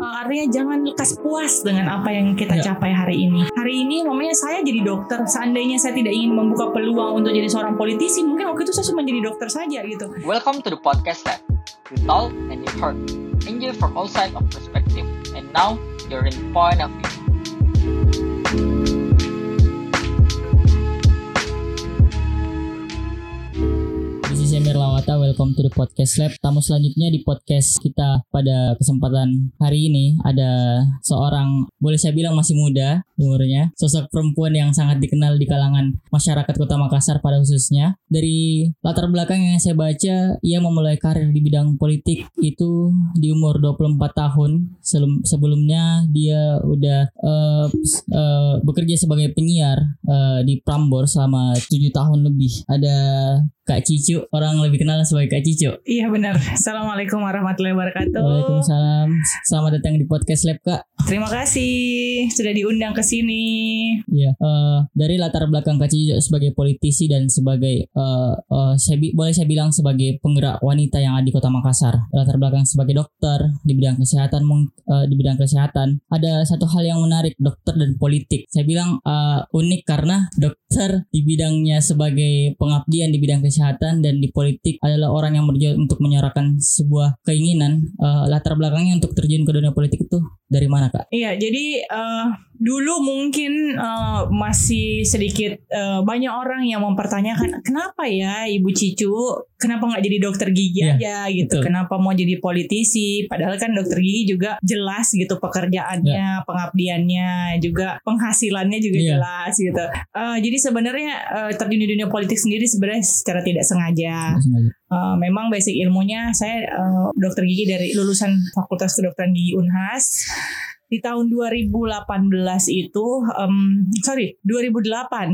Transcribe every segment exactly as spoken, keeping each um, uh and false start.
uh, artinya jangan lekas puas dengan apa yang kita ya. capai hari ini. Hari ini mamanya saya jadi dokter. Seandainya saya tidak ingin membuka peluang untuk jadi seorang politisi, mungkin waktu itu saya cuma jadi dokter saja gitu. Welcome to the podcast lab. You talk and you heard. Enjoy from all sides of perspective. And now you're in point of view. Emir Lawata, welcome to the podcast lab. Tamu selanjutnya di podcast kita pada kesempatan hari ini ada seorang, boleh saya bilang masih muda umurnya, sosok perempuan yang sangat dikenal di kalangan masyarakat Kota Makassar pada khususnya. Dari latar belakang yang saya baca, ia memulai karir di bidang politik itu di umur dua puluh empat tahun. Sebelumnya dia udah uh, uh, bekerja sebagai penyiar uh, di Prambors selama tujuh tahun lebih. Ada Kak Cicu, orang lebih kenal sebagai Kak Cicu. Iya benar. Assalamualaikum warahmatullahi wabarakatuh. Waalaikumsalam. Selamat datang di podcast lab, Kak. Terima kasih sudah diundang ke sini. Iya. Uh, dari latar belakang Kak Cicu sebagai politisi dan sebagai uh, uh, saya bi- boleh saya bilang sebagai penggerak wanita yang ada di Kota Makassar. Latar belakang sebagai dokter di bidang kesehatan, uh, di bidang kesehatan. Ada satu hal yang menarik, dokter dan politik. Saya bilang uh, unik karena dokter di bidangnya sebagai pengabdian di bidang kesehatan. kesehatan dan di politik adalah orang yang berjuang untuk menyuarakan sebuah keinginan. Uh, latar belakangnya untuk terjun ke dunia politik itu dari mana, Kak? Iya, jadi uh, dulu mungkin uh, masih sedikit uh, banyak orang yang mempertanyakan kenapa ya Ibu Cicu, kenapa nggak jadi dokter gigi ya, aja gitu, betul. Kenapa mau jadi politisi? Padahal kan dokter gigi juga jelas gitu pekerjaannya, ya. Pengabdiannya, juga penghasilannya juga ya. Jelas gitu. Uh, jadi sebenarnya uh, terjun di dunia politik sendiri sebenarnya secara tidak sengaja. Uh, memang basic ilmunya saya uh, dokter gigi dari lulusan Fakultas Kedokteran Gigi Unhas. Di tahun dua ribu delapan belas itu um, sorry dua ribu delapan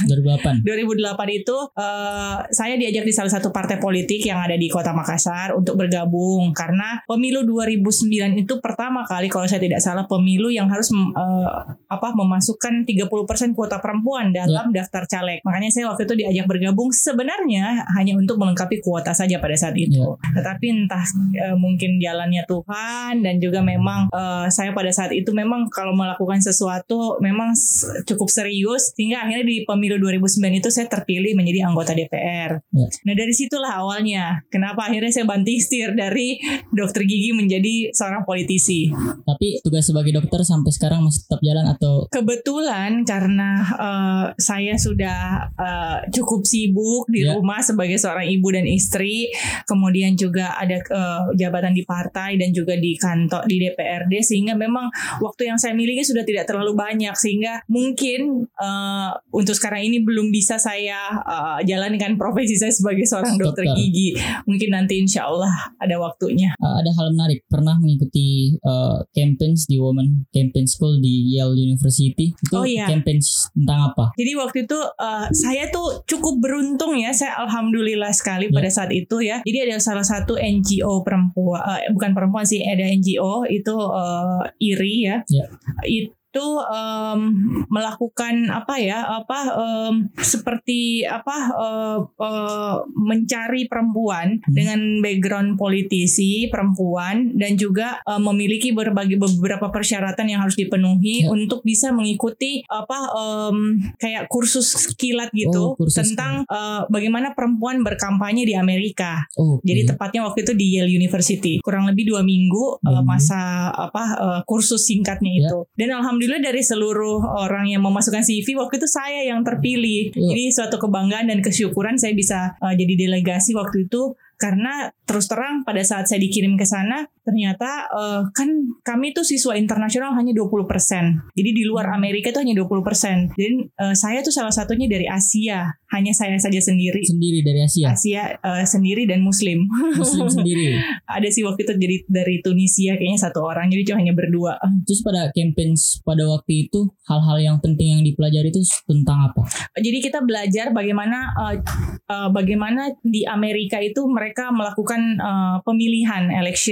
dua ribu delapan itu uh, saya diajak di salah satu partai politik yang ada di Kota Makassar untuk bergabung karena pemilu dua ribu sembilan itu pertama kali kalau saya tidak salah pemilu yang harus uh, apa memasukkan tiga puluh persen kuota perempuan dalam ya. Daftar caleg. Makanya saya waktu itu diajak bergabung sebenarnya hanya untuk melengkapi kuota saja pada saat itu. Ya. Tetapi entah uh, mungkin jalannya Tuhan dan juga memang uh, saya pada saat saat itu memang kalau melakukan sesuatu memang cukup serius sehingga akhirnya di pemilu dua ribu sembilan itu saya terpilih menjadi anggota D P R. Ya. Nah dari situlah awalnya kenapa akhirnya saya banting setir dari dokter gigi menjadi seorang politisi. Tapi tugas sebagai dokter sampai sekarang masih tetap jalan atau? Kebetulan karena uh, saya sudah uh, cukup sibuk di ya. rumah sebagai seorang ibu dan istri, kemudian juga ada uh, jabatan di partai dan juga di kantor di D P R D sehingga memang waktu yang saya miliki sudah tidak terlalu banyak sehingga mungkin uh, untuk sekarang ini belum bisa saya uh, jalankan profesi saya sebagai seorang dokter, dokter gigi. Mungkin nanti insya Allah ada waktunya. Uh, ada hal menarik, pernah mengikuti uh, campaigns di Women Campaign School di Yale University. Itu oh, iya. campaigns tentang apa? Jadi waktu itu uh, saya tuh cukup beruntung ya, saya alhamdulillah sekali yeah. pada saat itu ya. Jadi ada salah satu N G O perempuan, uh, bukan perempuan sih, ada N G O itu uh, I R I ya, yeah. itu um, melakukan apa ya apa um, seperti apa uh, uh, mencari perempuan hmm. dengan background politisi perempuan dan juga uh, memiliki berbagai beberapa persyaratan yang harus dipenuhi yeah. untuk bisa mengikuti apa um, kayak kursus kilat gitu oh, kursus tentang uh, bagaimana perempuan berkampanye di Amerika. Oh, okay. Jadi tepatnya waktu itu di Yale University kurang lebih dua minggu hmm. uh, masa apa uh, kursus singkatnya yeah. itu dan alhamdulillah Alhamdulillah dari seluruh orang yang memasukkan C V waktu itu saya yang terpilih. Yeah. Jadi suatu kebanggaan dan kesyukuran saya bisa uh, jadi delegasi waktu itu karena terus terang pada saat saya dikirim ke sana ternyata uh, kan kami tuh siswa internasional hanya dua puluh persen. Jadi di luar Amerika itu hanya dua puluh persen. Jadi uh, saya tuh salah satunya dari Asia. Hanya saya saja sendiri. Sendiri dari Asia? Asia uh, sendiri dan Muslim. Muslim sendiri? Ada sih waktu itu jadi dari Tunisia kayaknya satu orang. Jadi cuma hanya berdua. Terus pada campaigns pada waktu itu hal-hal yang penting yang dipelajari itu tentang apa? Jadi kita belajar bagaimana uh, uh, bagaimana di Amerika itu mereka melakukan uh, pemilihan election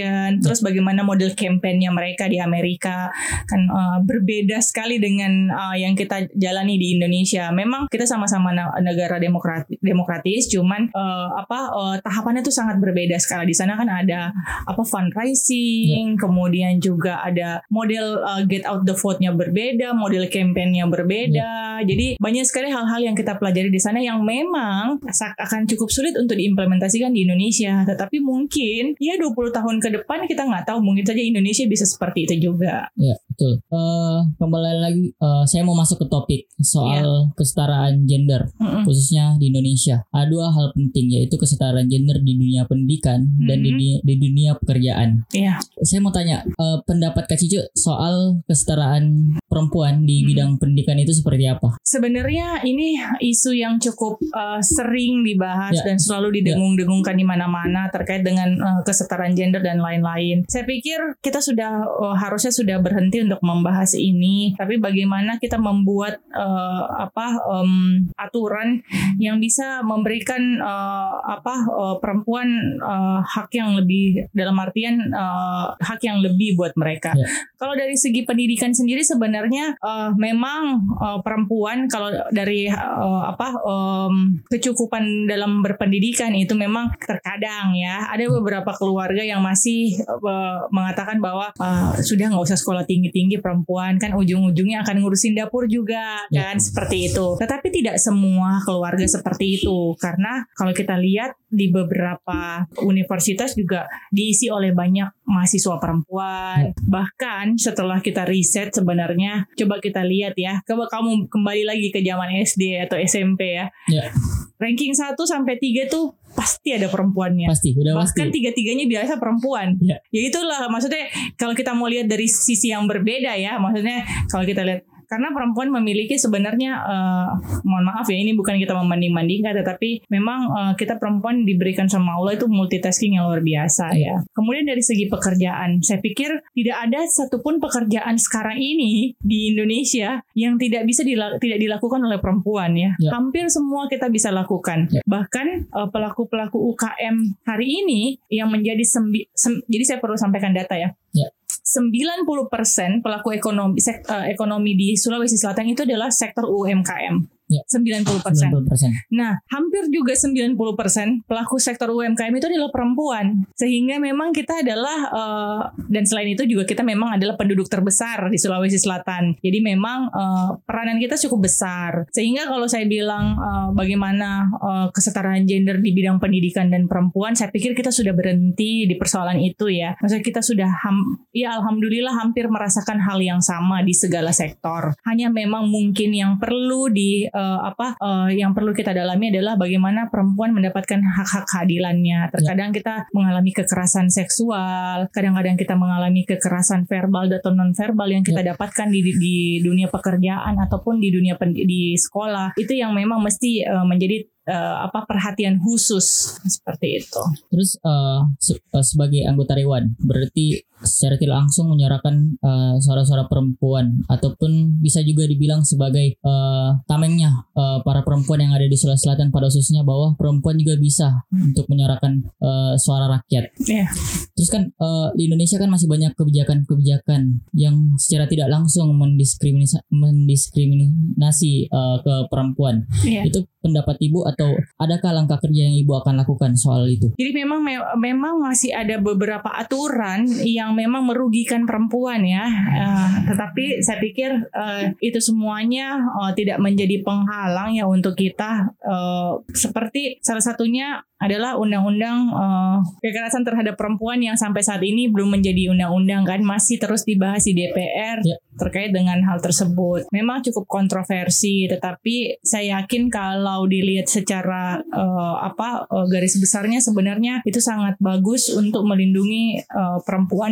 Terus bagaimana model kampanye mereka di Amerika kan uh, berbeda sekali dengan uh, yang kita jalani di Indonesia. Memang kita sama-sama negara demokratis, demokratis cuman uh, apa uh, tahapannya tuh sangat berbeda sekali. Di sana kan ada apa fundraising, yeah. kemudian juga ada model uh, get out the vote-nya berbeda, model kampanye-nya berbeda. Yeah. Jadi banyak sekali hal-hal yang kita pelajari di sana yang memang akan cukup sulit untuk diimplementasikan di Indonesia. Tetapi mungkin ya dua puluh tahun ke depan kita nggak tahu, mungkin saja Indonesia bisa seperti itu juga. Ya, betul. Uh, kembali lagi uh, saya mau masuk ke topik soal yeah. kesetaraan gender, mm-mm. khususnya di Indonesia. Ada dua hal penting, yaitu kesetaraan gender di dunia pendidikan mm-hmm. dan di, di dunia pekerjaan. Yeah. Saya mau tanya uh, pendapat Kak Cicu soal kesetaraan perempuan di mm-hmm. bidang pendidikan itu seperti apa? Sebenarnya ini isu yang cukup uh, sering dibahas yeah. dan selalu didengung-dengungkan di mana-mana terkait dengan uh, kesetaraan gender dan lain-lain. Saya pikir kita sudah uh, harusnya sudah berhenti untuk membahas ini, tapi bagaimana kita membuat uh, apa um, aturan yang bisa memberikan uh, apa uh, perempuan uh, hak yang lebih, dalam artian uh, hak yang lebih buat mereka. Yeah. Kalau dari segi pendidikan sendiri sebenarnya uh, memang uh, perempuan kalau dari uh, apa um, kecukupan dalam berpendidikan itu memang terkadang ya ada beberapa keluarga yang masih uh, mengatakan bahwa uh, sudah nggak usah sekolah tinggi-tinggi, perempuan kan ujung-ujungnya akan ngurusin dapur juga kan, yeah. seperti itu. Tetapi tidak semua keluarga seperti itu, karena kalau kita lihat di beberapa universitas juga diisi oleh banyak mahasiswa perempuan. Bahkan setelah kita riset sebenarnya, coba kita lihat ya, coba kamu kembali lagi ke zaman S D atau S M P ya. Yeah. Ranking satu sampai tiga tuh pasti ada perempuannya. Pasti, udah pasti. Bahkan tiga-tiganya biasa perempuan. Yeah. Ya itulah maksudnya kalau kita mau lihat dari sisi yang berbeda ya, maksudnya kalau kita lihat karena perempuan memiliki sebenarnya uh, mohon maaf ya, ini bukan kita membanding-bandingkan, tetapi memang uh, kita perempuan diberikan sama Allah itu multitasking yang luar biasa ya. Kemudian dari segi pekerjaan, saya pikir tidak ada satupun pekerjaan sekarang ini di Indonesia yang tidak bisa dila- tidak dilakukan oleh perempuan ya. ya. Hampir semua kita bisa lakukan. Ya. Bahkan uh, pelaku-pelaku U K M hari ini yang menjadi sembi- sem- jadi saya perlu sampaikan data ya. Ya. sembilan puluh persen pelaku ekonomi sek, uh, ekonomi di Sulawesi Selatan itu adalah sektor U M K M. Ya. sembilan puluh persen. sembilan puluh persen. Nah, hampir juga sembilan puluh persen pelaku sektor U M K M itu adalah perempuan. Sehingga memang kita adalah uh, dan selain itu juga kita memang adalah penduduk terbesar di Sulawesi Selatan. Jadi memang uh, peranan kita cukup besar. Sehingga kalau saya bilang uh, bagaimana uh, kesetaraan gender di bidang pendidikan dan perempuan, saya pikir kita sudah berhenti di persoalan itu ya. Maksudnya kita sudah ham, ya alhamdulillah hampir merasakan hal yang sama di segala sektor. Hanya memang mungkin yang perlu di uh, Uh, apa uh, yang perlu kita dalami adalah bagaimana perempuan mendapatkan hak-hak keadilannya. Terkadang ya. kita mengalami kekerasan seksual, kadang-kadang kita mengalami kekerasan verbal atau non verbal yang kita ya. dapatkan di, di dunia pekerjaan ataupun di dunia pen, di sekolah. Itu yang memang mesti uh, menjadi Uh, apa perhatian khusus seperti itu. Terus uh, se- uh, sebagai anggota Dewan berarti secara tidak langsung menyuarakan uh, suara-suara perempuan ataupun bisa juga dibilang sebagai uh, tamengnya uh, para perempuan yang ada di Sulawesi Selatan pada khususnya bahwa perempuan juga bisa hmm. untuk menyuarakan uh, suara rakyat. Yeah. Terus kan uh, di Indonesia kan masih banyak kebijakan-kebijakan yang secara tidak langsung mendiskriminasi, mendiskriminasi uh, ke perempuan. Yeah. Itu pendapat Ibu atau adakah langkah kerja yang Ibu akan lakukan soal itu? Jadi memang me- memang masih ada beberapa aturan yang memang merugikan perempuan ya. Uh, tetapi saya pikir uh, itu semuanya uh, tidak menjadi penghalang ya untuk kita. Uh, seperti salah satunya adalah undang-undang uh, kekerasan terhadap perempuan yang sampai saat ini belum menjadi undang-undang kan, masih terus dibahas di D P R ya. Terkait dengan hal tersebut. Memang cukup kontroversi, tetapi saya yakin kalau dilihat secara uh, apa uh, garis besarnya sebenarnya itu sangat bagus untuk melindungi uh, perempuan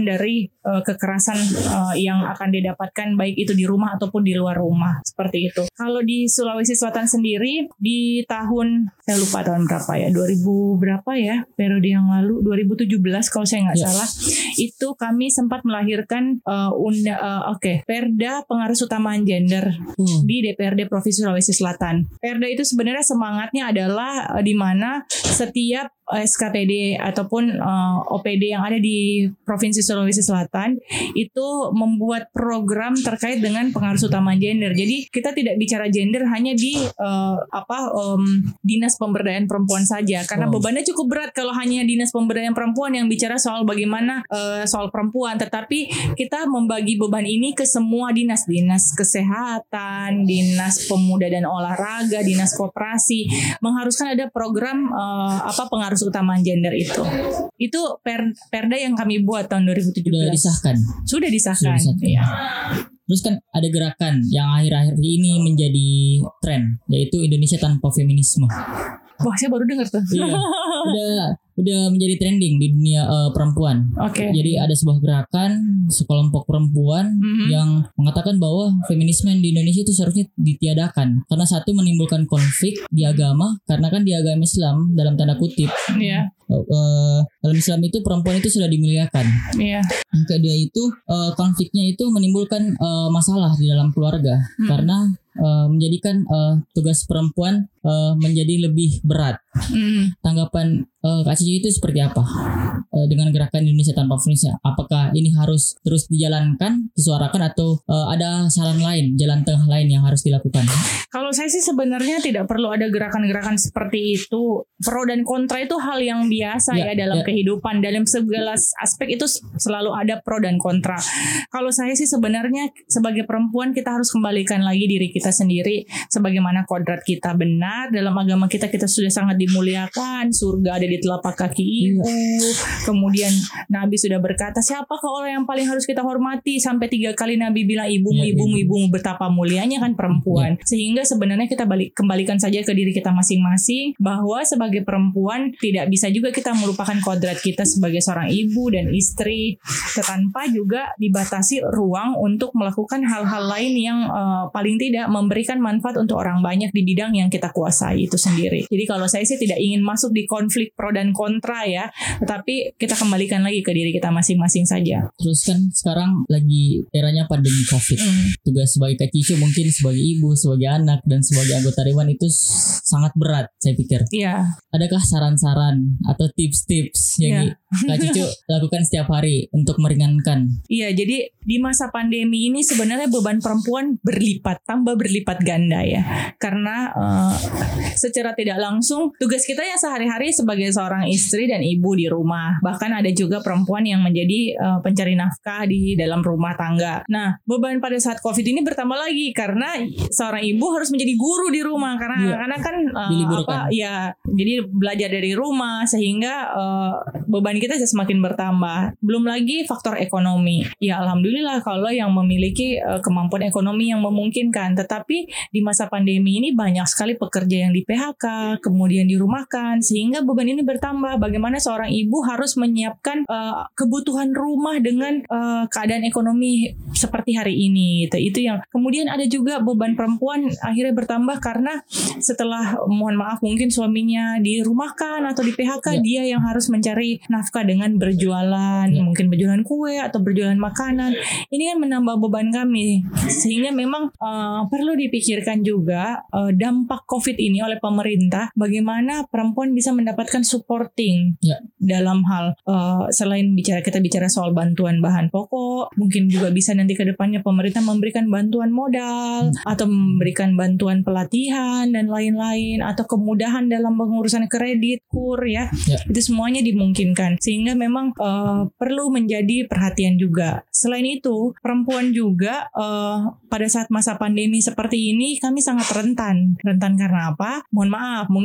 dari uh, kekerasan uh, yang akan didapatkan baik itu di rumah ataupun di luar rumah, seperti itu. Kalau di Sulawesi Selatan sendiri di tahun, saya lupa tahun berapa ya, dua ribu berapa ya, periode yang lalu, dua ribu tujuh belas kalau saya nggak yeah. salah, itu kami sempat melahirkan uh, unda, uh, oke okay, Perda Pengarus Utamaan Gender hmm. di D P R D Provinsi Sulawesi Selatan. Perda itu sebenarnya semangatnya adalah uh, di mana setiap S K P D ataupun uh, O P D yang ada di Provinsi Sulawesi Selatan itu membuat program terkait dengan pengarus utamaan gender. Jadi kita tidak bicara gender hanya di uh, apa um, dinas pemberdayaan perempuan saja, karena oh. bebannya cukup berat kalau hanya dinas pemberdayaan perempuan yang bicara soal bagaimana uh, soal perempuan. Tetapi kita membagi beban ini ke semua dinas, dinas kesehatan, dinas pemuda dan olahraga, dinas koperasi, mengharuskan ada program uh, apa pengarus utamaan gender itu. Itu per, perda yang kami buat tahun dua ribu tujuh belas. Sudah disahkan. Sudah disahkan. Sudah disahkan. Ya. Terus kan ada gerakan yang akhir-akhir ini menjadi tren, yaitu Indonesia Tanpa Feminisme. Wah, saya baru dengar tuh. Iya. Udah udah menjadi trending di dunia uh, perempuan. Oke. Okay. Jadi ada sebuah gerakan sekelompok perempuan mm-hmm. yang mengatakan bahwa feminisme di Indonesia itu seharusnya ditiadakan karena satu menimbulkan konflik di agama, karena kan di agama Islam dalam tanda kutip. Iya. Yeah. Uh, uh, dalam Islam itu perempuan itu sudah dimuliakan. Iya. Yeah. Yang kedua itu uh, konfliknya itu menimbulkan uh, masalah di dalam keluarga mm. karena uh, menjadikan uh, tugas perempuan uh, menjadi lebih berat. Mm. Tanggapan uh, Kak Cici itu seperti apa uh, dengan gerakan Indonesia Tanpa Feminisme? Apakah ini harus terus dijalankan, disuarakan, atau uh, ada saran lain, jalan tengah lain yang harus dilakukan? Kalau saya sih sebenarnya tidak perlu ada gerakan-gerakan seperti itu. Pro dan kontra itu hal yang biasa ya, ya dalam ya. kehidupan. Dalam segala aspek itu selalu ada pro dan kontra. Kalau saya sih sebenarnya sebagai perempuan kita harus kembalikan lagi diri kita sendiri sebagaimana kodrat kita benar. Dalam agama kita kita sudah sangat dimuliakan, surga ada di telapak kaki ibu. Ya. Kemudian Nabi sudah berkata, siapakah orang yang paling harus kita hormati? Sampai tiga kali Nabi bilang ibumu, ya, ibumu, ibumu, betapa mulianya kan perempuan. Ya. Sehingga sebenarnya kita balik kembalikan saja ke diri kita masing-masing bahwa sebagai perempuan tidak bisa juga kita melupakan kodrat kita sebagai seorang ibu dan istri, tanpa juga dibatasi ruang untuk melakukan hal-hal lain yang uh, paling tidak memberikan manfaat untuk orang banyak di bidang yang kita kuasai itu sendiri. Jadi kalau saya sih tidak ingin masuk di konflik pro dan kontra ya, tetapi kita kembalikan lagi ke diri kita masing-masing saja. Terus kan sekarang lagi eranya pandemi COVID. Mm. Tugas sebagai Kak Cicu mungkin sebagai ibu, sebagai anak, dan sebagai anggota Dewan itu sangat berat saya pikir. Iya. Yeah. Adakah saran-saran atau tips-tips yang yeah. Kak Cicu lakukan setiap hari untuk meringankan? Iya, yeah, jadi di masa pandemi ini sebenarnya beban perempuan berlipat, tambah berlipat ganda ya. Karena uh, secara tidak langsung tugas kita ya sehari-hari sebagai seorang istri dan ibu di rumah. Bahkan ada juga perempuan yang menjadi uh, pencari nafkah di dalam rumah tangga. Nah, beban pada saat COVID ini bertambah lagi karena seorang ibu harus menjadi guru di rumah karena yeah. karena kan uh, apa ya, jadi belajar dari rumah sehingga uh, beban kita semakin bertambah. Belum lagi faktor ekonomi. Ya alhamdulillah kalau yang memiliki uh, kemampuan ekonomi yang memungkinkan. Tetapi di masa pandemi ini banyak sekali pekerja yang di P H K, kemudian dirumahkan, sehingga beban ini bertambah. Bagaimana seorang ibu harus menyiapkan uh, kebutuhan rumah dengan uh, keadaan ekonomi seperti hari ini. Gitu. Itu yang kemudian ada juga beban perempuan akhirnya bertambah karena setelah mohon maaf mungkin suaminya dirumahkan atau di P H K, ya. Dia yang harus mencari nafkah dengan berjualan, ya. Mungkin berjualan kue atau berjualan makanan. Ini kan menambah beban kami, sehingga memang uh, perlu dipikirkan juga uh, dampak COVID ini oleh pemerintah, bagaimana perempuan bisa mendapatkan supporting ya. Dalam hal uh, selain bicara kita bicara soal bantuan bahan pokok, mungkin juga bisa nanti ke depannya pemerintah memberikan bantuan modal hmm. atau memberikan bantuan pelatihan dan lain-lain, atau kemudahan dalam pengurusan kredit, kur ya, ya. Itu semuanya dimungkinkan, sehingga memang uh, perlu menjadi perhatian juga. Selain itu, perempuan juga uh, pada saat masa pandemi seperti ini kami sangat rentan. Rentan karena apa? Mohon maaf, mungkin ada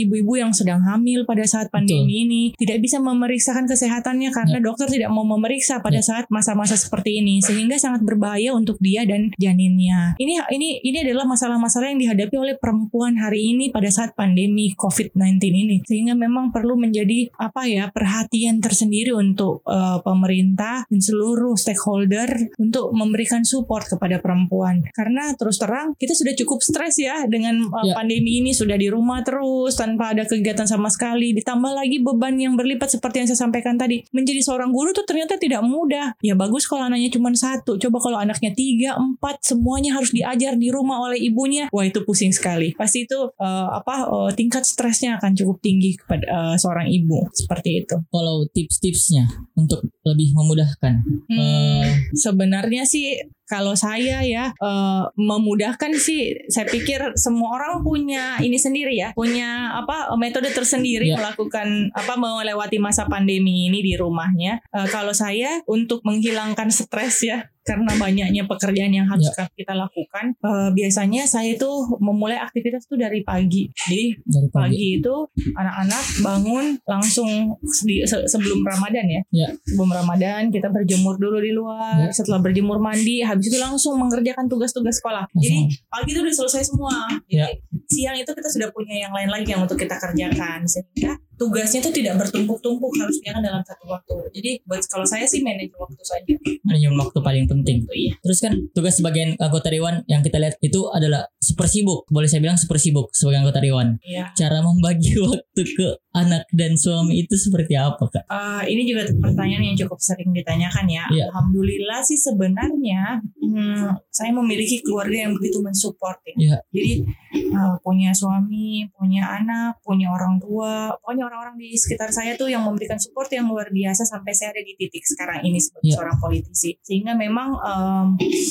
ibu-ibu yang sedang hamil pada saat pandemi Betul. ini tidak bisa memeriksakan kesehatannya karena ya. dokter tidak mau memeriksa pada ya. saat masa-masa seperti ini, sehingga sangat berbahaya untuk dia dan janinnya. Ini ini ini adalah masalah-masalah yang dihadapi oleh perempuan hari ini pada saat pandemi covid sembilan belas ini, sehingga memang perlu menjadi apa ya perhatian tersendiri untuk uh, pemerintah dan seluruh stakeholder untuk memberikan support kepada perempuan, karena terus terang kita sudah cukup stres ya dengan uh, ya. pandemi ini, sudah di rumah terus tanpa ada kegiatan sama sekali, ditambah lagi beban yang berlipat seperti yang saya sampaikan tadi. Menjadi seorang guru tuh ternyata tidak mudah. Ya bagus kalau anaknya cuma satu, coba kalau anaknya tiga, empat, semuanya harus diajar di rumah oleh ibunya, wah itu pusing sekali. Pasti itu uh, apa uh, tingkat stresnya akan cukup tinggi kepada uh, seorang ibu, seperti itu. Kalau tips-tipsnya untuk lebih memudahkan, hmm, uh, sebenarnya sih kalau saya ya uh, memudahkan sih, saya pikir semua orang punya ini sendiri ya, punya apa metode tersendiri yeah. melakukan apa melewati masa pandemi ini di rumahnya. Uh, kalau saya untuk menghilangkan stres ya, karena banyaknya pekerjaan yang harus yeah. kita lakukan, uh, biasanya saya itu memulai aktivitas itu dari pagi. Jadi dari pagi. pagi itu anak-anak bangun langsung di, se- sebelum Ramadan ya, yeah. sebelum Ramadan kita berjemur dulu di luar. Yeah. Setelah berjemur mandi, habis itu langsung mengerjakan tugas-tugas sekolah. Masa. Jadi pagi itu udah selesai semua. Jadi yeah. siang itu kita sudah punya yang lain lagi yang untuk kita kerjakan, sehingga tugasnya itu tidak bertumpuk-tumpuk, harus dikerjakan dalam satu waktu. Jadi buat kalau saya sih manajemen waktu saja. Manajemen waktu paling penting. Itu, iya. Terus kan tugas sebagian anggota dewan yang kita lihat itu adalah super sibuk. Boleh saya bilang super sibuk sebagai anggota dewan. Iya. Cara membagi waktu ke anak dan suami itu seperti apa, Kak? Uh, ini juga pertanyaan yang cukup sering ditanyakan ya. Iya. Alhamdulillah sih sebenarnya hmm, saya memiliki keluarga yang begitu mensupport ya. Iya. Jadi uh, punya suami, punya anak, punya orang tua, pokoknya orang-orang di sekitar saya tuh yang memberikan support yang luar biasa sampai saya ada di titik sekarang ini sebagai yeah. seorang politisi. Sehingga memang um,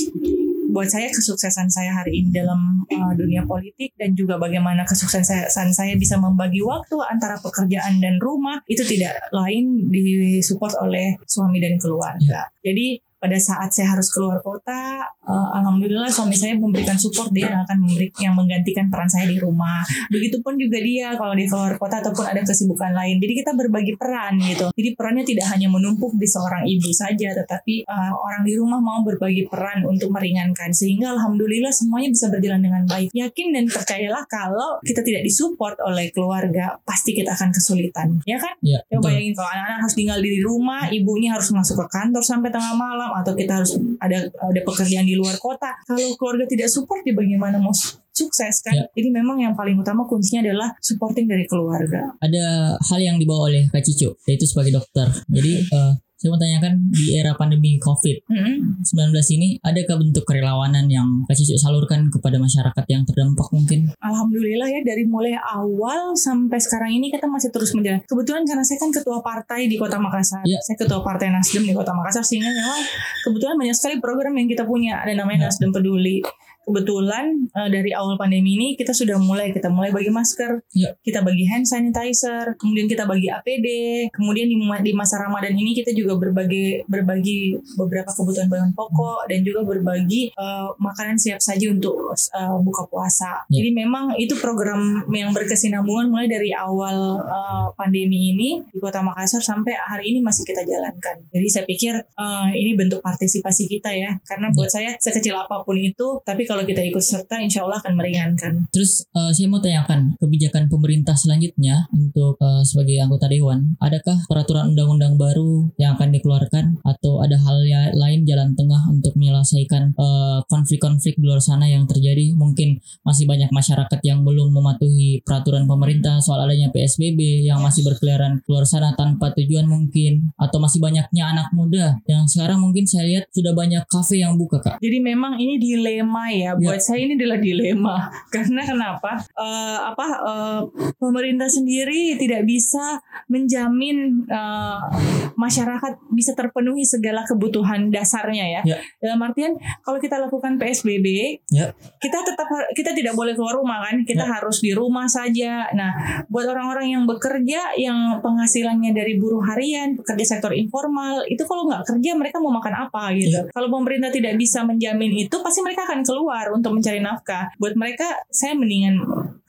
buat saya kesuksesan saya hari ini dalam uh, dunia politik dan juga bagaimana kesuksesan saya bisa membagi waktu antara pekerjaan dan rumah itu tidak lain disupport oleh suami dan keluarga. Yeah. Jadi pada saat saya harus keluar kota, uh, alhamdulillah suami saya memberikan support, dia yang akan memberi, yang menggantikan peran saya di rumah. Begitupun juga dia kalau dia keluar kota ataupun ada kesibukan lain. Jadi kita berbagi peran gitu. Jadi perannya tidak hanya menumpuk di seorang ibu saja, tetapi uh, orang di rumah mau berbagi peran untuk meringankan. Sehingga alhamdulillah semuanya bisa berjalan dengan baik. Yakin dan percayalah kalau kita tidak disupport oleh keluarga, pasti kita akan kesulitan. Ya kan? Ya, coba bayangin kalau anak-anak harus tinggal di rumah, ibunya harus masuk ke kantor sampai tengah malam, atau kita harus ada ada pekerjaan di luar kota. Kalau keluarga tidak support, ya bagaimana mau sukses kan? Ya. Jadi memang yang paling utama kuncinya adalah supporting dari keluarga. Ada hal yang dibawa oleh Kak Cicu, yaitu sebagai dokter. Jadi uh, saya mau tanyakan, di era pandemi covid sembilan belas ini, adakah bentuk kerelawanan yang Kak Cicu salurkan kepada masyarakat yang terdampak mungkin? Alhamdulillah ya, dari mulai awal sampai sekarang ini kita masih terus menjalan. Kebetulan karena saya kan ketua partai di Kota Makassar, ya. Saya ketua partai Nasdem di Kota Makassar, sehingga memang kebetulan banyak sekali program yang kita punya, ada namanya ya. Nasdem Peduli. Kebetulan uh, dari awal pandemi ini kita sudah mulai kita mulai bagi masker, ya. Kita bagi hand sanitizer, kemudian kita bagi A P D, kemudian di, di masa Ramadan ini kita juga berbagi berbagi beberapa kebutuhan bahan pokok dan juga berbagi uh, makanan siap saji untuk uh, buka puasa. Ya. Jadi memang itu program yang berkesinambungan mulai dari awal uh, pandemi ini di Kota Makassar sampai hari ini masih kita jalankan. Jadi saya pikir uh, ini bentuk partisipasi kita ya, karena buat ya. saya sekecil apapun itu, tapi kalau kita ikut serta, insya Allah akan meringankan. Terus uh, saya mau tanyakan, kebijakan pemerintah selanjutnya untuk uh, sebagai anggota dewan, adakah peraturan undang-undang baru yang akan dikeluarkan atau ada hal ya, lain jalan tengah untuk menyelesaikan uh, konflik-konflik di luar sana yang terjadi? Mungkin masih banyak masyarakat yang belum mematuhi peraturan pemerintah soal adanya P S B B yang masih berkeliaran keluar sana tanpa tujuan mungkin, atau masih banyaknya anak muda yang sekarang mungkin saya lihat sudah banyak kafe yang buka, Kak. Jadi memang ini dilema ya. Ya, buat ya. saya ini adalah dilema. Karena kenapa? Uh, apa uh, pemerintah sendiri tidak bisa menjamin uh, masyarakat bisa terpenuhi segala kebutuhan dasarnya ya. ya. Dalam artian kalau kita lakukan P S B B, ya. kita tetap kita tidak boleh keluar rumah kan? Kita ya. harus di rumah saja. Nah, buat orang-orang yang bekerja yang penghasilannya dari buruh harian, pekerja sektor informal, itu kalau nggak kerja mereka mau makan apa gitu. Ya. Kalau pemerintah tidak bisa menjamin itu, pasti mereka akan keluar untuk mencari nafkah. Buat mereka, saya mendingan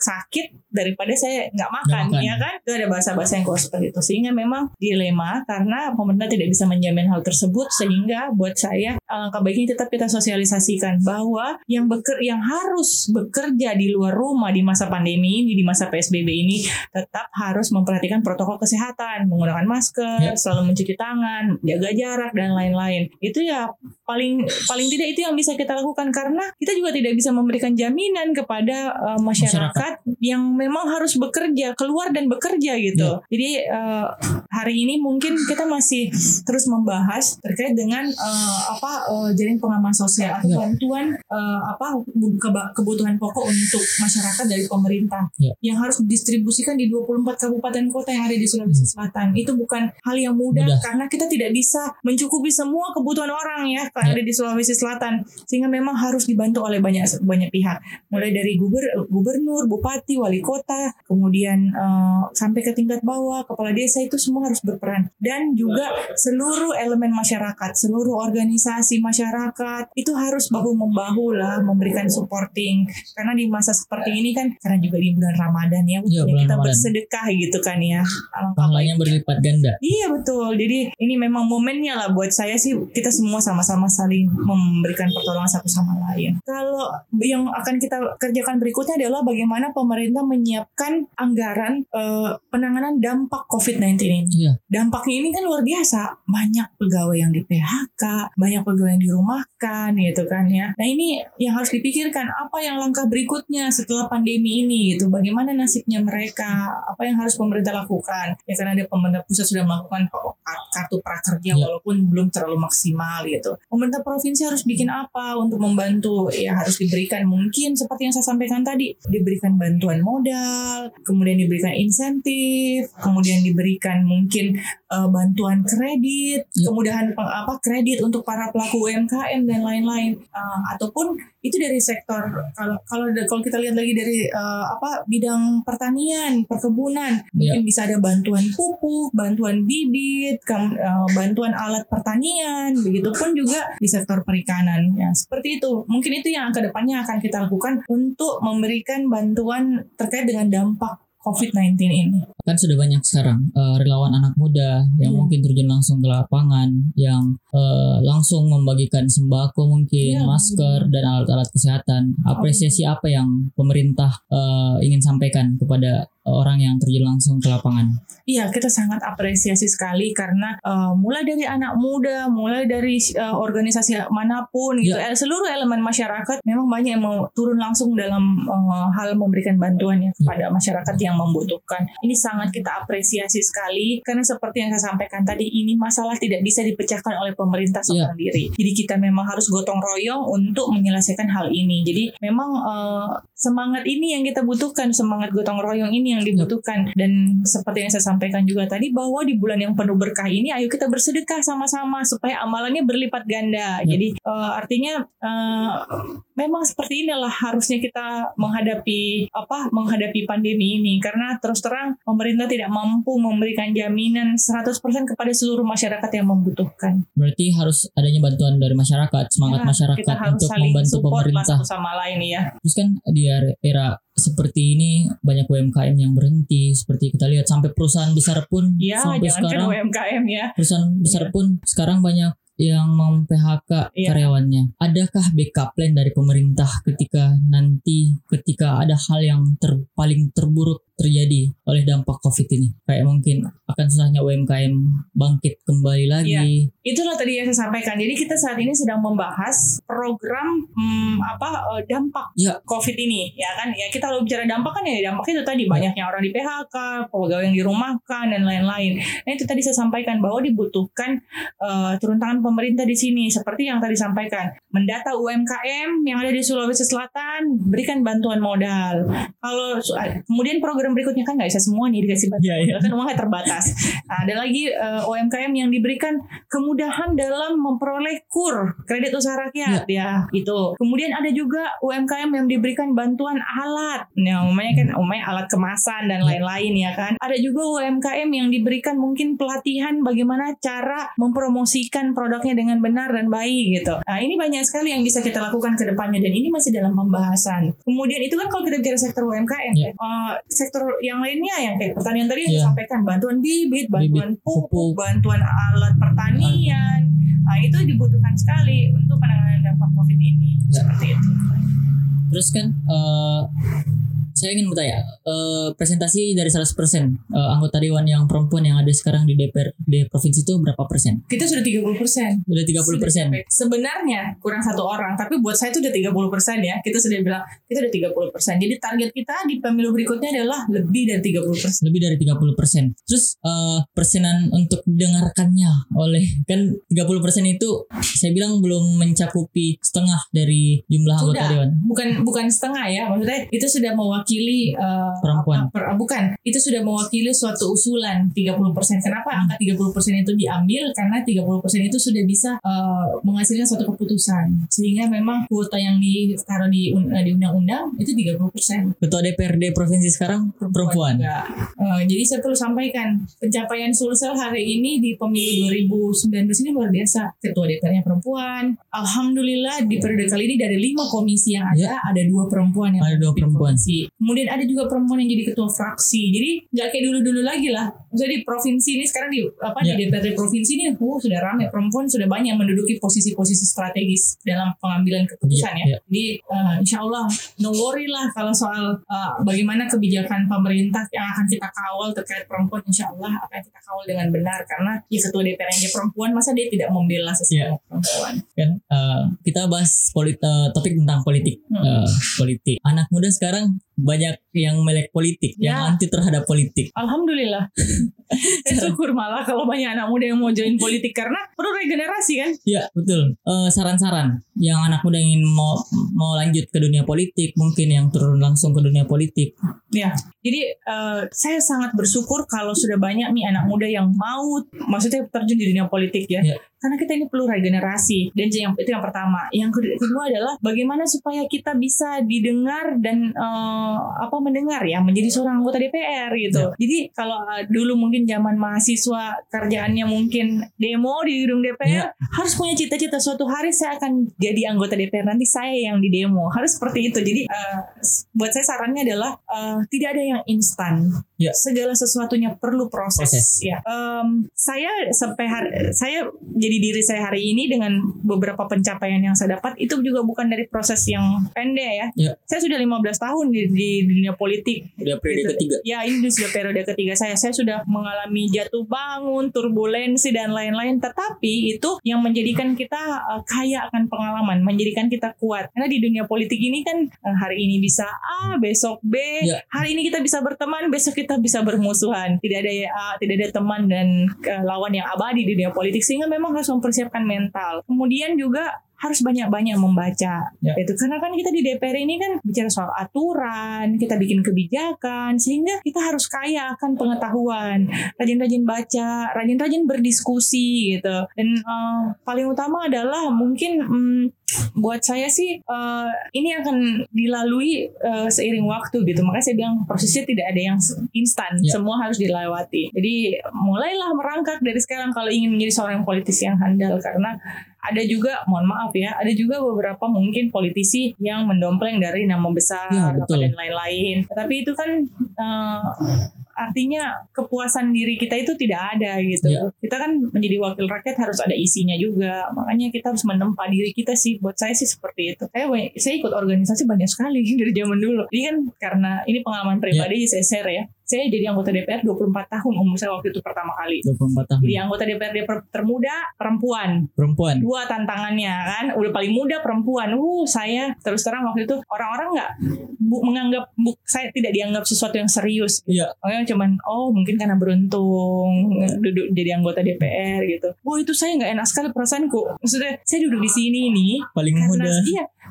sakit daripada saya nggak makan, makan, ya kan? Itu ada bahasa-bahasa yang keluar seperti itu. Sehingga memang dilema karena pemerintah tidak bisa menjamin hal tersebut, sehingga buat saya alangkah baiknya tetap kita sosialisasikan bahwa yang beker yang harus bekerja di luar rumah di masa pandemi ini, di masa P S B B ini, tetap harus memperhatikan protokol kesehatan, menggunakan masker, yep. selalu mencuci tangan, jaga jarak dan lain-lain. Itu ya paling paling tidak itu yang bisa kita lakukan, karena kita juga tidak bisa memberikan jaminan kepada uh, masyarakat, masyarakat yang memang harus bekerja, keluar dan bekerja gitu. Yeah. Jadi uh, hari ini mungkin kita masih terus membahas terkait dengan uh, apa uh, jaring pengaman sosial atau yeah. bantuan uh, apa kebutuhan pokok untuk masyarakat dari pemerintah yeah. yang harus didistribusikan di dua puluh empat kabupaten kota yang ada di Sulawesi Selatan. Itu bukan hal yang mudah, mudah. karena kita tidak bisa mencukupi semua kebutuhan orang ya yang yeah. ada di Sulawesi Selatan, sehingga memang harus dibantu oleh banyak banyak pihak, mulai dari guber, gubernur, bupati, wali kota, kemudian uh, sampai ke tingkat bawah, kepala desa, itu semua harus berperan. Dan juga seluruh elemen masyarakat, seluruh organisasi masyarakat itu harus bahu-membahu lah memberikan supporting. Karena di masa seperti ini kan, karena juga di bulan Ramadan ya, ya kita Ramadan. bersedekah gitu kan ya. Pahalanya berlipat ganda. Iya betul. Jadi ini memang momennya lah buat saya sih, kita semua sama-sama saling memberikan pertolongan satu sama lain. Kalau yang akan kita kerjakan berikutnya adalah bagaimana pemerintah menyiapkan anggaran uh, penanganan dampak covid sembilan belas ini. Yeah. Dampaknya ini kan luar biasa. Banyak pegawai yang di P H K, banyak pegawai yang dirumahkan gitu kan ya. Nah ini yang harus dipikirkan, apa yang langkah berikutnya setelah pandemi ini gitu. Bagaimana nasibnya mereka, apa yang harus pemerintah lakukan. Ya karena ada pemerintah pusat sudah melakukan kartu prakerja yeah. walaupun belum terlalu maksimal gitu. Pemerintah provinsi harus bikin apa untuk membantu, ya harus diberikan mungkin seperti yang saya sampaikan tadi, diberikan bantuan modal, kemudian diberikan insentif, kemudian diberikan mungkin uh, bantuan kredit, ya. kemudahan apa kredit untuk para pelaku U M K M dan lain-lain, uh, ataupun itu dari sektor kalau kalau kalau kita lihat lagi dari uh, apa bidang pertanian, perkebunan, ya. mungkin bisa ada bantuan pupuk, bantuan bibit, kam, uh, bantuan alat pertanian, begitupun juga di sektor perikanan. Ya, seperti itu. Mungkin itu yang ke depannya akan kita lakukan untuk memberikan bantuan terkait dengan dampak covid sembilan belas ini. Kan sudah banyak sekarang uh, relawan anak muda yang yeah. mungkin terjun langsung ke lapangan, yang uh, langsung membagikan sembako mungkin, yeah, masker, yeah. dan alat-alat kesehatan. Apresiasi apa yang pemerintah uh, ingin sampaikan kepada orang yang terjun langsung ke lapangan? Iya, kita sangat apresiasi sekali karena uh, mulai dari anak muda, mulai dari uh, organisasi manapun gitu, ya. seluruh elemen masyarakat memang banyak yang mau turun langsung dalam uh, hal memberikan bantuan ya kepada masyarakat yang membutuhkan. Ini sangat kita apresiasi sekali karena seperti yang saya sampaikan tadi, ini masalah tidak bisa dipecahkan oleh pemerintah seorang ya. diri. Jadi kita memang harus gotong royong untuk menyelesaikan hal ini. Jadi memang uh, semangat ini yang kita butuhkan, semangat gotong royong ini yang dibutuhkan. Dan seperti yang saya sampaikan juga tadi, bahwa di bulan yang penuh berkah ini ayo kita bersedekah sama-sama supaya amalannya berlipat ganda. Ya. Jadi uh, artinya uh, memang seperti inilah harusnya kita menghadapi apa menghadapi pandemi ini, karena terus terang pemerintah tidak mampu memberikan jaminan seratus persen kepada seluruh masyarakat yang membutuhkan. Berarti harus adanya bantuan dari masyarakat, semangat ya, masyarakat untuk membantu pemerintah satu sama lain ya. Terus kan di era seperti ini banyak U M K M yang berhenti, seperti kita lihat sampai perusahaan besar pun ya, sampai sekarang U M K M ya. Perusahaan besar ya. pun sekarang banyak yang mem-P H K ya. karyawannya. Adakah backup plan dari pemerintah ketika nanti ketika ada hal yang ter, paling terburuk terjadi oleh dampak COVID ini? Kayak mungkin akan susahnya U M K M bangkit kembali lagi. Ya, itulah tadi yang saya sampaikan. Jadi kita saat ini sedang membahas program hmm, apa dampak ya. COVID ini, ya kan? Ya kita kalau bicara dampak kan ya dampak itu tadi ya. banyaknya orang di P H K, pegawai yang dirumahkan dan lain-lain. Nah itu tadi saya sampaikan bahwa dibutuhkan uh, turun tangan pemerintah di sini, seperti yang tadi sampaikan, mendata U M K M yang ada di Sulawesi Selatan, berikan bantuan modal. Kalau kemudian program program berikutnya kan nggak bisa semua nih dikasih bantuan yeah, yeah. modal, kan uangnya terbatas. Nah, ada lagi uh, U M K M yang diberikan kemudahan dalam memperoleh kur kredit usaha rakyat yeah. ya itu. Kemudian ada juga U M K M yang diberikan bantuan alat, nah umumnya kan umumnya alat kemasan dan lain-lain ya kan. Ada juga U M K M yang diberikan mungkin pelatihan bagaimana cara mempromosikan produknya dengan benar dan baik gitu. Nah ini banyak sekali yang bisa kita lakukan ke depannya dan ini masih dalam pembahasan. Kemudian itu kan kalau kita bicara sektor U M K M, yeah. uh, sektor yang lainnya yang kayak pertanian tadi yeah. disampaikan bantuan bibit, bantuan bibit, pupuk, pupuk, bantuan alat pertanian. Nah itu dibutuhkan sekali untuk penanganan dampak COVID ini. Yeah. Seperti itu. Terus kan uh, saya ingin bertanya, uh, presentasi dari seratus persen uh, anggota dewan yang perempuan yang ada sekarang di D P R D provinsi itu berapa persen? Kita sudah tiga puluh persen. Sudah tiga puluh persen. Sebenarnya kurang satu orang, tapi buat saya itu udah tiga puluh persen ya. Kita sudah bilang kita udah tiga puluh persen. Jadi target kita di pemilu berikutnya adalah lebih dari tiga puluh persen. Lebih dari tiga puluh persen. Terus uh, persenan untuk didengarkannya oleh kan tiga puluh persen itu saya bilang belum mencakupi setengah dari jumlah anggota sudah, dewan. Bukan bukan setengah ya. Maksudnya itu sudah mewakili mewakili uh, perempuan. Apa, per, bukan, itu sudah mewakili suatu usulan tiga puluh persen. Kenapa angka tiga puluh persen itu diambil? Karena tiga puluh persen itu sudah bisa uh, menghasilkan suatu keputusan. Sehingga memang kuota yang ditaruh di, uh, di undang-undang itu tiga puluh persen. Ketua D P R D provinsi sekarang perempuan. Uh, jadi saya perlu sampaikan pencapaian Sulsel hari ini di pemilu dua ribu sembilan belas ini luar biasa. Ketua D P R-nya perempuan. Alhamdulillah di periode kali ini dari lima komisi yang ada, ya. ada dua perempuan yang ada dua perempuan. Komisi. Kemudian ada juga perempuan yang jadi ketua fraksi. Jadi nggak kayak dulu-dulu lagi lah. Jadi di provinsi ini sekarang di apa yeah. di D P R D provinsi ini, oh sudah ramai perempuan sudah banyak menduduki posisi-posisi strategis dalam pengambilan keputusan yeah, ya. Yeah. Jadi uh, insya Allah no worry lah kalau soal uh, bagaimana kebijakan pemerintah yang akan kita kawal terkait perempuan. Insya Allah akan kita kawal dengan benar karena ya ketua D P R yang perempuan masa dia tidak membela sesama yeah. perempuan. Kan uh, kita bahas polit, uh, topik tentang politik. Hmm. Uh, politik. Anak muda sekarang banyak yang melek politik, ya. yang anti terhadap politik. Alhamdulillah. Saya syukur malah kalau banyak anak muda yang mau join politik karena perlu regenerasi kan? Iya betul. Uh, saran-saran yang anak muda ingin mau mau lanjut ke dunia politik, mungkin yang turun langsung ke dunia politik. Ya, jadi uh, saya sangat bersyukur kalau sudah banyak nih anak muda yang mau, maksudnya terjun di dunia politik ya. ya. Karena kita ini perlu regenerasi dan yang itu yang pertama. Yang kedua adalah bagaimana supaya kita bisa didengar dan uh, apa mendengar ya menjadi seorang anggota D P R gitu. Ya. Jadi kalau uh, dulu mungkin zaman mahasiswa kerjaannya mungkin demo di gedung D P R, ya. harus punya cita-cita suatu hari saya akan jadi anggota D P R, nanti saya yang di demo. Harus seperti itu. Jadi uh, buat saya sarannya adalah uh, tidak ada yang instan. Ya. Segala sesuatunya perlu proses. proses. Ya. Um, saya sampai hari, saya jadi diri saya hari ini dengan beberapa pencapaian yang saya dapat itu juga bukan dari proses yang pendek ya. ya. Saya sudah lima belas tahun di, di dunia politik. Sudah periode gitu. ketiga. Ya, ini sudah periode ketiga saya. Saya sudah mengalami jatuh bangun, turbulensi dan lain-lain. Tetapi itu yang menjadikan kita uh, kaya akan pengalaman, menjadikan kita kuat. Karena di dunia politik ini kan uh, hari ini bisa A, besok B. Ya. Hari ini kita bisa berteman, besok kita bisa bermusuhan. Tidak ada A, tidak ada teman dan uh, lawan yang abadi di dunia politik. Sehingga memang harus mempersiapkan mental. Kemudian juga harus banyak-banyak membaca. Ya. Itu karena kan kita di D P R ini kan bicara soal aturan, kita bikin kebijakan, sehingga kita harus kaya akan pengetahuan, rajin-rajin baca, rajin-rajin berdiskusi gitu. Dan uh, paling utama adalah mungkin um, buat saya sih uh, ini akan dilalui uh, seiring waktu gitu. Makanya saya bilang prosesnya tidak ada yang instan, ya. Semua harus dilewati. Jadi mulailah merangkak dari sekarang kalau ingin menjadi seorang politisi yang handal, karena ada juga, mohon maaf ya, ada juga beberapa mungkin politisi yang mendompleng dari nama besar ya, dan lain-lain. Tapi itu kan uh, artinya kepuasan diri kita itu tidak ada gitu. Ya. Kita kan menjadi wakil rakyat harus ada isinya juga. Makanya kita harus menempa diri kita sih. Buat saya sih seperti itu. Saya saya ikut organisasi banyak sekali dari zaman dulu. Ini kan karena ini pengalaman pribadi ya. Saya share ya. Saya jadi anggota D P R dua puluh empat tahun umur saya waktu itu pertama kali. dua puluh empat tahun. Jadi anggota D P R D termuda perempuan. Perempuan. Dua tantangannya kan, udah paling muda perempuan. Uh, saya terus terang waktu itu orang-orang enggak bu, menganggap bu, saya tidak dianggap sesuatu yang serius. Iya. Makanya cuman oh mungkin karena beruntung duduk jadi anggota D P R gitu. Wah, itu saya enggak enak sekali perasaanku. Maksudnya saya duduk di sini nih paling karena, muda. Iya,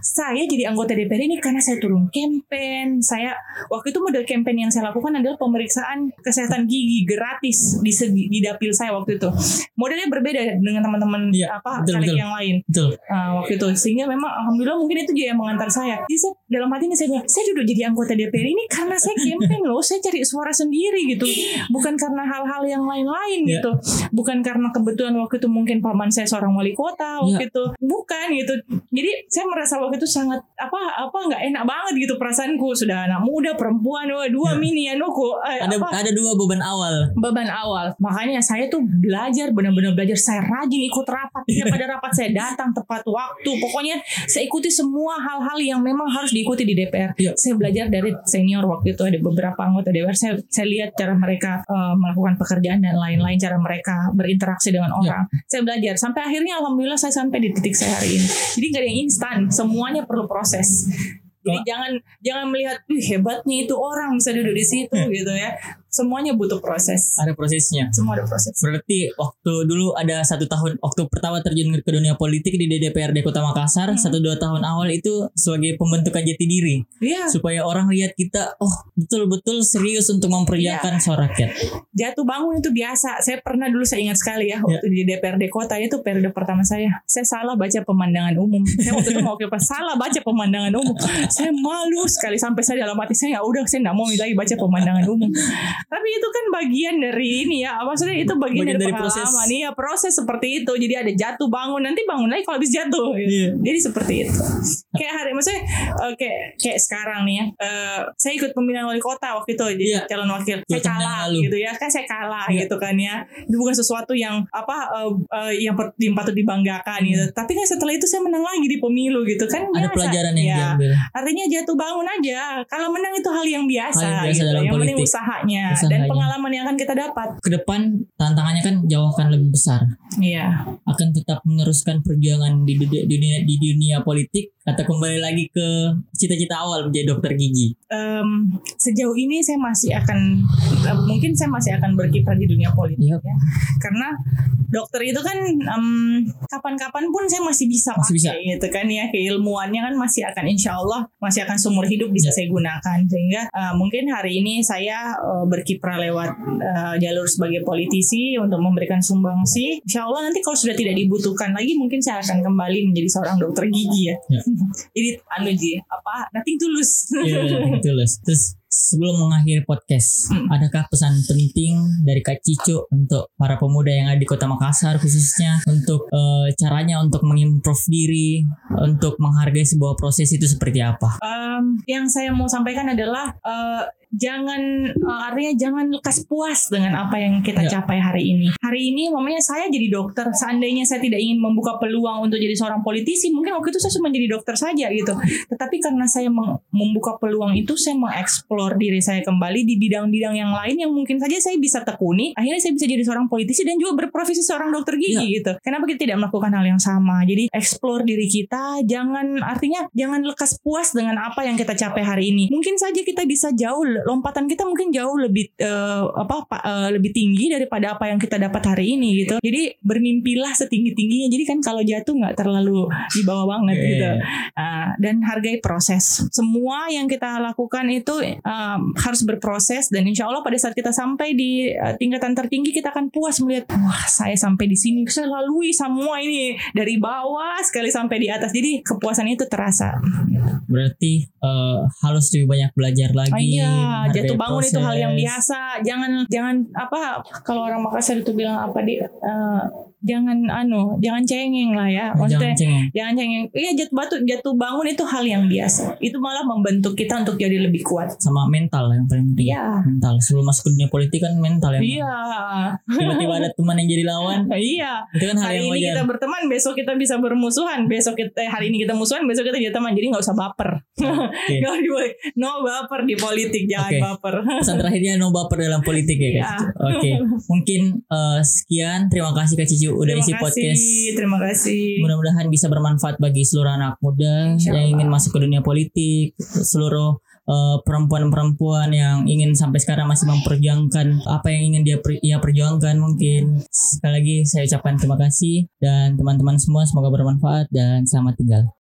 saya jadi anggota D P R ini karena saya turun campaign. Saya waktu itu model campaign yang saya lakukan adalah pemeriksaan kesehatan gigi gratis di di dapil saya waktu itu. Modelnya berbeda dengan teman-teman ya, apa caleg yang lain. Betul. Uh, waktu itu sehingga memang alhamdulillah mungkin itu juga yang mengantar saya. Jadi saya, dalam hati ini saya bilang, saya duduk jadi anggota D P R ini karena saya campaign loh, saya cari suara sendiri gitu. Bukan karena hal-hal yang lain-lain ya. Gitu. Bukan karena kebetulan waktu itu mungkin paman saya seorang wali kota waktu ya. Itu. Bukan gitu. Jadi saya merasa waktu itu sangat apa apa nggak enak banget gitu perasaanku, sudah anak muda perempuan dua dua ya. Mini anuku eh, ada apa? Ada dua beban awal. Beban awal. Makanya saya tuh belajar benar-benar belajar. Saya rajin ikut rapat. Setiap ada rapat saya datang tepat waktu. Pokoknya saya ikuti semua hal-hal yang memang harus diikuti di D P R. Ya. Saya belajar dari senior waktu itu, ada beberapa anggota D P R. Saya saya lihat cara mereka uh, melakukan pekerjaan dan lain-lain, cara mereka berinteraksi dengan orang. Ya. Saya belajar sampai akhirnya alhamdulillah saya sampai di titik saya hari ini. Jadi nggak ada yang instan, semuanya perlu proses. Jadi oh. jangan jangan melihat, wih hebatnya itu orang bisa duduk di situ gitu ya. Semuanya butuh proses. Ada prosesnya. Semua ada proses. Berarti waktu dulu ada satu tahun, waktu pertama terjun ke dunia politik di D P R D Kota Makassar, hmm. satu dua tahun awal itu sebagai pembentukan jati diri. Yeah. Supaya orang lihat kita, oh betul-betul serius untuk memperjuangkan yeah. suara rakyat. Jatuh bangun itu biasa. Saya pernah dulu, saya ingat sekali ya, waktu yeah. di D P R D Kota itu periode pertama saya. Saya salah baca pemandangan umum. Saya waktu itu mau ke salah baca pemandangan umum. Saya malu sekali sampai saya dalam hati saya, ya udah saya nggak mau lagi baca pemandangan umum. Tapi itu kan bagian dari ini ya, maksudnya itu bagian, bagian dari, dari pengalaman nih ya, proses seperti itu. Jadi ada jatuh bangun, nanti bangun lagi kalau habis jatuh. Gitu. Yeah. Jadi seperti itu. Kayak hari, maksudnya uh, kayak kayak sekarang nih ya, uh, saya ikut pemilihan wali kota waktu itu jadi yeah. calon wakil. Saya kalah gitu ya, kan saya kalah yeah. gitu kan ya. Itu bukan sesuatu yang apa uh, uh, yang patut dibanggakan gitu. Tapi kan setelah itu saya menang lagi di pemilu gitu kan. Ada biasa. Pelajaran yang ya. diambil. Artinya jatuh bangun aja. Kalau menang itu hal yang biasa. Hal yang biasa gitu. dalam Yang politik. penting usahanya. Usahanya dan pengalaman yang akan kita dapat. Kedepan tantangannya kan jauh akan lebih besar. Iya. Akan tetap meneruskan perjuangan di dunia, di dunia, di dunia politik atau kembali lagi ke cita-cita awal menjadi dokter gigi? Um, sejauh ini saya masih akan uh, mungkin saya masih akan berkiprah di dunia politik yep. ya. Karena dokter itu kan um, kapan-kapan pun saya masih bisa masih pakai bisa. Gitu kan ya, keilmuannya kan masih akan insya Allah masih akan seumur hidup bisa yep. saya gunakan, sehingga uh, mungkin hari ini saya uh, berkiprah lewat uh, jalur sebagai politisi untuk memberikan sumbangsi. Insya Allah nanti kalau sudah tidak dibutuhkan lagi mungkin saya akan kembali menjadi seorang dokter gigi ya. ya. Jadi anu Ji, apa nothing tulus. Iya, nothing tulus. Terus sebelum mengakhiri podcast, hmm. adakah pesan penting dari Kak Cicu untuk para pemuda yang ada di Kota Makassar khususnya untuk uh, caranya untuk mengimprove diri, untuk menghargai sebuah proses itu seperti apa? Um, yang saya mau sampaikan adalah uh, jangan uh, artinya jangan lekas puas dengan apa yang kita ya. capai hari ini. Hari ini mamanya saya jadi dokter. Seandainya saya tidak ingin membuka peluang untuk jadi seorang politisi, mungkin waktu itu saya cuma jadi dokter saja gitu. Tetapi karena saya mem- membuka peluang itu, saya mengeksplor diri saya kembali di bidang-bidang yang lain yang mungkin saja saya bisa tekuni. Akhirnya saya bisa jadi seorang politisi dan juga berprofesi seorang dokter gigi ya. gitu. Kenapa kita tidak melakukan hal yang sama? Jadi eksplor diri kita, jangan artinya jangan lekas puas dengan apa yang kita capai hari ini. Mungkin saja kita bisa jauh, lompatan kita mungkin jauh lebih uh, apa uh, lebih tinggi daripada apa yang kita dapat hari ini gitu. Jadi bermimpilah setinggi-tingginya. Jadi kan kalau jatuh nggak terlalu di bawah banget yeah. gitu. Uh, dan hargai proses. Semua yang kita lakukan itu um, harus berproses, dan insya Allah pada saat kita sampai di uh, tingkatan tertinggi kita akan puas melihat, wah saya sampai di sini, saya lalui semua ini dari bawah sekali sampai di atas. Jadi kepuasan itu terasa. Berarti uh, harus lebih banyak belajar lagi. Oh, iya. Jatuh bangun proses. Itu hal yang biasa. Jangan jangan apa kalau orang Makassar itu bilang apa di uh, jangan anu, jangan cengeng lah ya. Maksudnya jangan cengeng. Jangan cengeng. Iya, jatuh batu, jatuh bangun itu hal yang biasa. Itu malah membentuk kita untuk jadi lebih kuat. Sama mental yang paling penting. Iya. Mental. Sebelum masuk ke dunia politik kan mental yang. Iya. Tiba-tiba ada teman yang jadi lawan. Iya. Itu kan hal hari yang wajar. Hari ini kita berteman, besok kita bisa bermusuhan. Besok kita eh, hari ini kita musuhan, besok kita jadi teman. Jadi nggak usah baper. Okay. Gak boleh. No baper di politik, jangan okay. baper. Pesan terakhirnya no baper dalam politik ya guys. Oke. Okay. Mungkin uh, sekian. Terima kasih Kak Cicu udah isi podcast. Terima kasih. Mudah-mudahan bisa bermanfaat bagi seluruh anak muda yang ingin masuk ke dunia politik, seluruh uh, perempuan-perempuan yang ingin sampai sekarang masih memperjuangkan apa yang ingin dia per- ia perjuangkan. Mungkin sekali lagi saya ucapkan terima kasih, dan teman-teman semua semoga bermanfaat dan selamat tinggal.